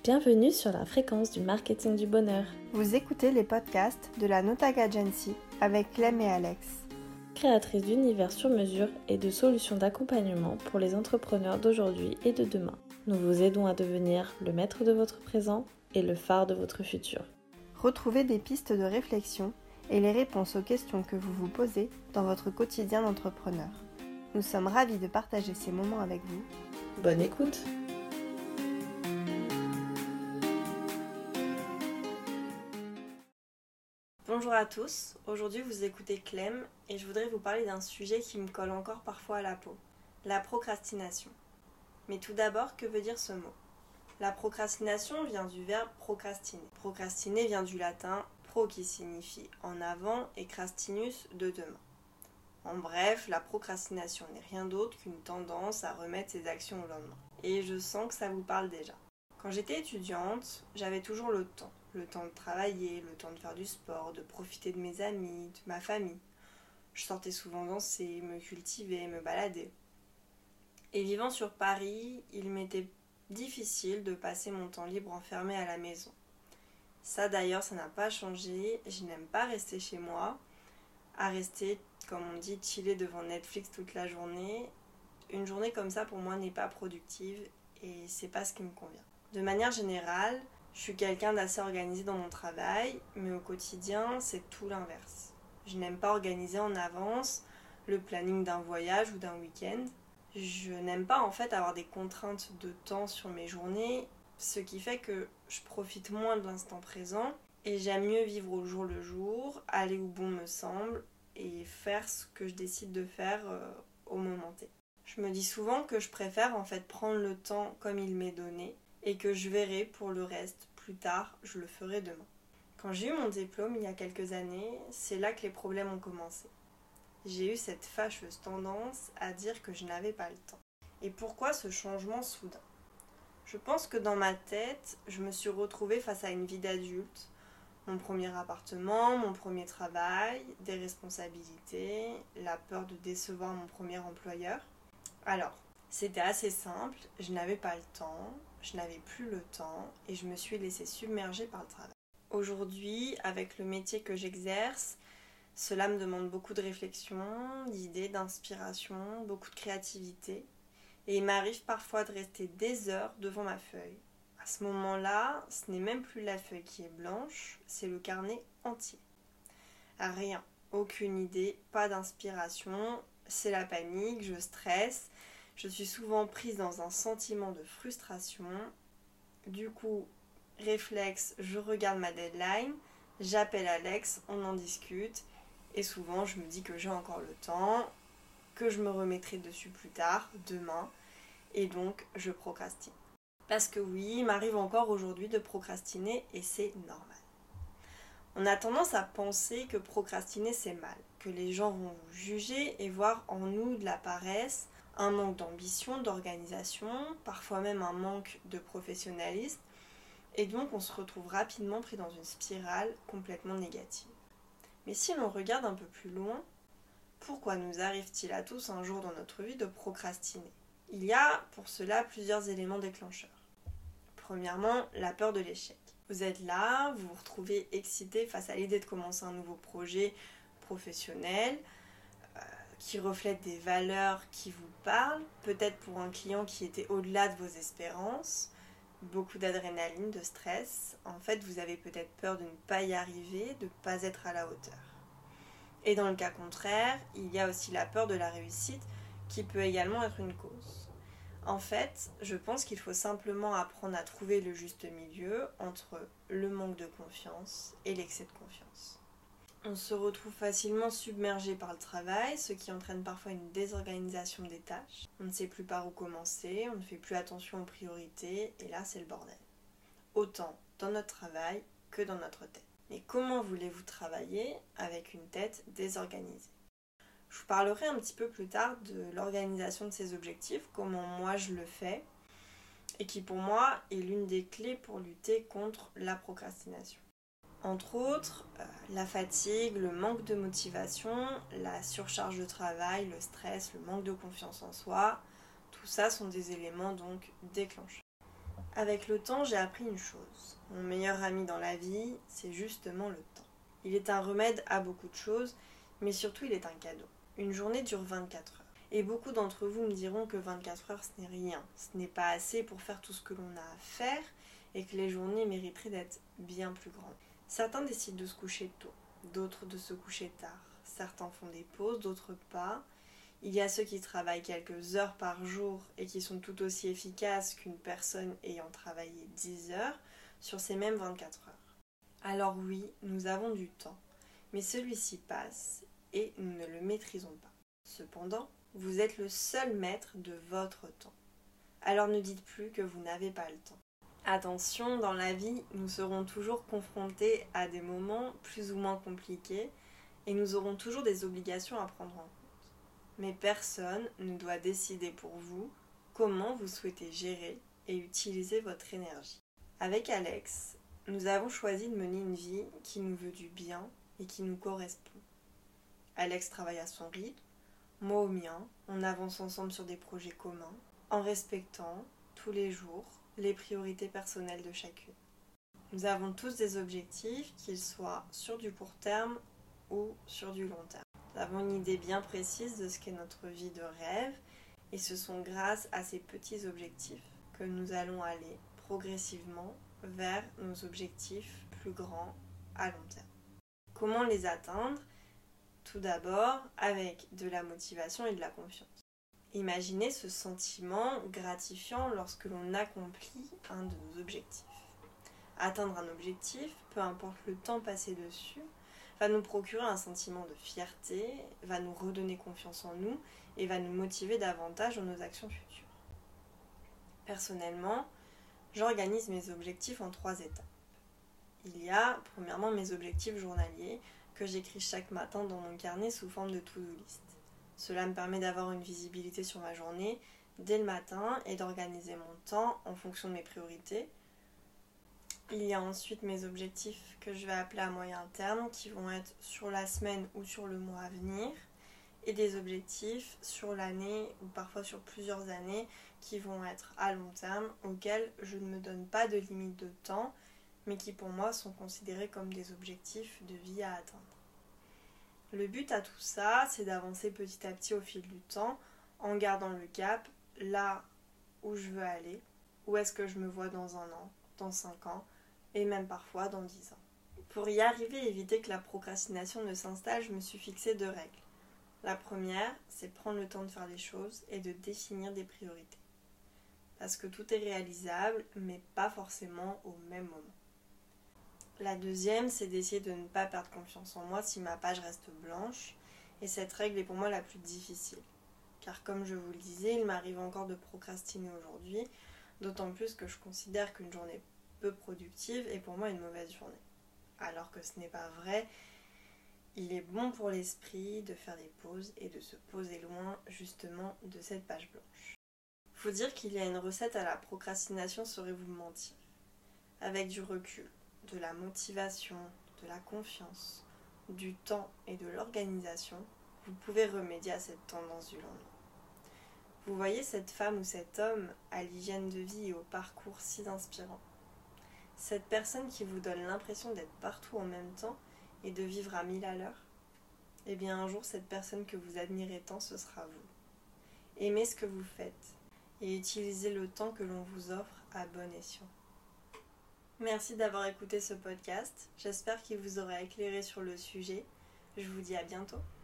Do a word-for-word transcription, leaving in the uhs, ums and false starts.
Bienvenue sur la fréquence du marketing du bonheur. Vous écoutez les podcasts de la Notag Agency avec Clem et Alex. Créatrices d'univers sur mesure et de solutions d'accompagnement pour les entrepreneurs d'aujourd'hui et de demain. Nous vous aidons à devenir le maître de votre présent et le phare de votre futur. Retrouvez des pistes de réflexion et les réponses aux questions que vous vous posez dans votre quotidien d'entrepreneur. Nous sommes ravis de partager ces moments avec vous. Bonne écoute! Bonjour à tous, aujourd'hui vous écoutez Clem et je voudrais vous parler d'un sujet qui me colle encore parfois à la peau, la procrastination. Mais tout d'abord, que veut dire ce mot ? La procrastination vient du verbe procrastiner. Procrastiner vient du latin pro qui signifie en avant et crastinus de demain. En bref, la procrastination n'est rien d'autre qu'une tendance à remettre ses actions au lendemain. Et je sens que ça vous parle déjà. Quand j'étais étudiante, j'avais toujours le temps. Le temps de travailler, le temps de faire du sport, de profiter de mes amis, de ma famille. Je sortais souvent danser, me cultiver, me balader. Et vivant sur Paris, il m'était difficile de passer mon temps libre enfermé à la maison. Ça d'ailleurs, ça n'a pas changé. Je n'aime pas rester chez moi, à rester, comme on dit, chiller devant Netflix toute la journée. Une journée comme ça, pour moi, n'est pas productive et c'est pas ce qui me convient. De manière générale, je suis quelqu'un d'assez organisé dans mon travail, mais au quotidien, c'est tout l'inverse. Je n'aime pas organiser en avance le planning d'un voyage ou d'un week-end. Je n'aime pas en fait avoir des contraintes de temps sur mes journées, ce qui fait que je profite moins de l'instant présent et j'aime mieux vivre au jour le jour, aller où bon me semble et faire ce que je décide de faire euh, au moment T. Je me dis souvent que je préfère en fait prendre le temps comme il m'est donné et que je verrai pour le reste plus tard, je le ferai demain. Quand j'ai eu mon diplôme il y a quelques années, c'est là que les problèmes ont commencé. J'ai eu cette fâcheuse tendance à dire que je n'avais pas le temps. Et pourquoi ce changement soudain ? Je pense que dans ma tête, je me suis retrouvée face à une vie d'adulte, mon premier appartement, mon premier travail, des responsabilités, la peur de décevoir mon premier employeur. Alors, c'était assez simple, je n'avais pas le temps, je n'avais plus le temps et je me suis laissée submerger par le travail. Aujourd'hui, avec le métier que j'exerce, cela me demande beaucoup de réflexion, d'idées, d'inspiration, beaucoup de créativité. Et il m'arrive parfois de rester des heures devant ma feuille. À ce moment-là, ce n'est même plus la feuille qui est blanche, c'est le carnet entier. Rien, aucune idée, pas d'inspiration, c'est la panique, je stresse. Je suis souvent prise dans un sentiment de frustration. Du coup, réflexe, je regarde ma deadline, j'appelle Alex, on en discute. Et souvent, je me dis que j'ai encore le temps, que je me remettrai dessus plus tard, demain. Et donc, je procrastine. Parce que oui, il m'arrive encore aujourd'hui de procrastiner et c'est normal. On a tendance à penser que procrastiner, c'est mal, que les gens vont vous juger et voir en nous de la paresse, un manque d'ambition, d'organisation, parfois même un manque de professionnalisme. Et donc, on se retrouve rapidement pris dans une spirale complètement négative. Mais si l'on regarde un peu plus loin, pourquoi nous arrive-t-il à tous un jour dans notre vie de procrastiner ? Il y a pour cela plusieurs éléments déclencheurs. Premièrement, la peur de l'échec. Vous êtes là, vous vous retrouvez excité face à l'idée de commencer un nouveau projet professionnel euh, qui reflète des valeurs qui vous parlent, peut-être pour un client qui était au-delà de vos espérances, beaucoup d'adrénaline, de stress. En fait, vous avez peut-être peur de ne pas y arriver, de ne pas être à la hauteur. Et dans le cas contraire, il y a aussi la peur de la réussite qui peut également être une cause. En fait, je pense qu'il faut simplement apprendre à trouver le juste milieu entre le manque de confiance et l'excès de confiance. On se retrouve facilement submergé par le travail, ce qui entraîne parfois une désorganisation des tâches. On ne sait plus par où commencer, on ne fait plus attention aux priorités, et là c'est le bordel. Autant dans notre travail que dans notre tête. Mais comment voulez-vous travailler avec une tête désorganisée ? Je vous parlerai un petit peu plus tard de l'organisation de ces objectifs, comment moi je le fais, et qui pour moi est l'une des clés pour lutter contre la procrastination. Entre autres, euh, la fatigue, le manque de motivation, la surcharge de travail, le stress, le manque de confiance en soi, tout ça sont des éléments donc déclencheurs. Avec le temps, j'ai appris une chose. Mon meilleur ami dans la vie, c'est justement le temps. Il est un remède à beaucoup de choses, mais surtout il est un cadeau. Une journée dure vingt-quatre heures. Et beaucoup d'entre vous me diront que vingt-quatre heures, ce n'est rien. Ce n'est pas assez pour faire tout ce que l'on a à faire et que les journées mériteraient d'être bien plus grandes. Certains décident de se coucher tôt, d'autres de se coucher tard. Certains font des pauses, d'autres pas. Il y a ceux qui travaillent quelques heures par jour et qui sont tout aussi efficaces qu'une personne ayant travaillé dix heures sur ces mêmes vingt-quatre heures. Alors oui, nous avons du temps, mais celui-ci passe et nous ne le maîtrisons pas. Cependant, vous êtes le seul maître de votre temps. Alors ne dites plus que vous n'avez pas le temps. Attention, dans la vie, nous serons toujours confrontés à des moments plus ou moins compliqués et nous aurons toujours des obligations à prendre en compte. Mais personne ne doit décider pour vous comment vous souhaitez gérer et utiliser votre énergie. Avec Alex, nous avons choisi de mener une vie qui nous veut du bien et qui nous correspond. Alex travaille à son rythme, moi au mien, on avance ensemble sur des projets communs, en respectant tous les jours les priorités personnelles de chacune. Nous avons tous des objectifs, qu'ils soient sur du court terme ou sur du long terme. Nous avons une idée bien précise de ce qu'est notre vie de rêve et ce sont grâce à ces petits objectifs que nous allons aller progressivement vers nos objectifs plus grands à long terme. Comment les atteindre ? Tout d'abord avec de la motivation et de la confiance. Imaginez ce sentiment gratifiant lorsque l'on accomplit un de nos objectifs. Atteindre un objectif, peu importe le temps passé dessus, va nous procurer un sentiment de fierté, va nous redonner confiance en nous et va nous motiver davantage dans nos actions futures. Personnellement, j'organise mes objectifs en trois étapes. Il y a, premièrement, mes objectifs journaliers que j'écris chaque matin dans mon carnet sous forme de to-do list. Cela me permet d'avoir une visibilité sur ma journée dès le matin et d'organiser mon temps en fonction de mes priorités. Il y a ensuite mes objectifs que je vais appeler à moyen terme qui vont être sur la semaine ou sur le mois à venir et des objectifs sur l'année ou parfois sur plusieurs années qui vont être à long terme auxquels je ne me donne pas de limite de temps mais qui pour moi sont considérés comme des objectifs de vie à atteindre. Le but à tout ça, c'est d'avancer petit à petit au fil du temps en gardant le cap là où je veux aller, où est-ce que je me vois dans un an, dans cinq ans et même parfois dans dix ans. Pour y arriver et éviter que la procrastination ne s'installe, je me suis fixé deux règles. La première, c'est prendre le temps de faire les choses et de définir des priorités. Parce que tout est réalisable, mais pas forcément au même moment. La deuxième, c'est d'essayer de ne pas perdre confiance en moi si ma page reste blanche. Et cette règle est pour moi la plus difficile. Car comme je vous le disais, il m'arrive encore de procrastiner aujourd'hui, d'autant plus que je considère qu'une journée peu productive est pour moi une mauvaise journée. Alors que ce n'est pas vrai, il est bon pour l'esprit de faire des pauses et de se poser loin justement de cette page blanche. Faut dire qu'il y a une recette à la procrastination serait vous mentir. Avec du recul, de la motivation, de la confiance, du temps et de l'organisation, vous pouvez remédier à cette tendance du lendemain. Vous voyez cette femme ou cet homme à l'hygiène de vie et au parcours si inspirant. Cette personne qui vous donne l'impression d'être partout en même temps et de vivre à mille à l'heure, eh bien un jour cette personne que vous admirez tant, ce sera vous. Aimez ce que vous faites et utilisez le temps que l'on vous offre à bon escient. Merci d'avoir écouté ce podcast, j'espère qu'il vous aura éclairé sur le sujet. Je vous dis à bientôt.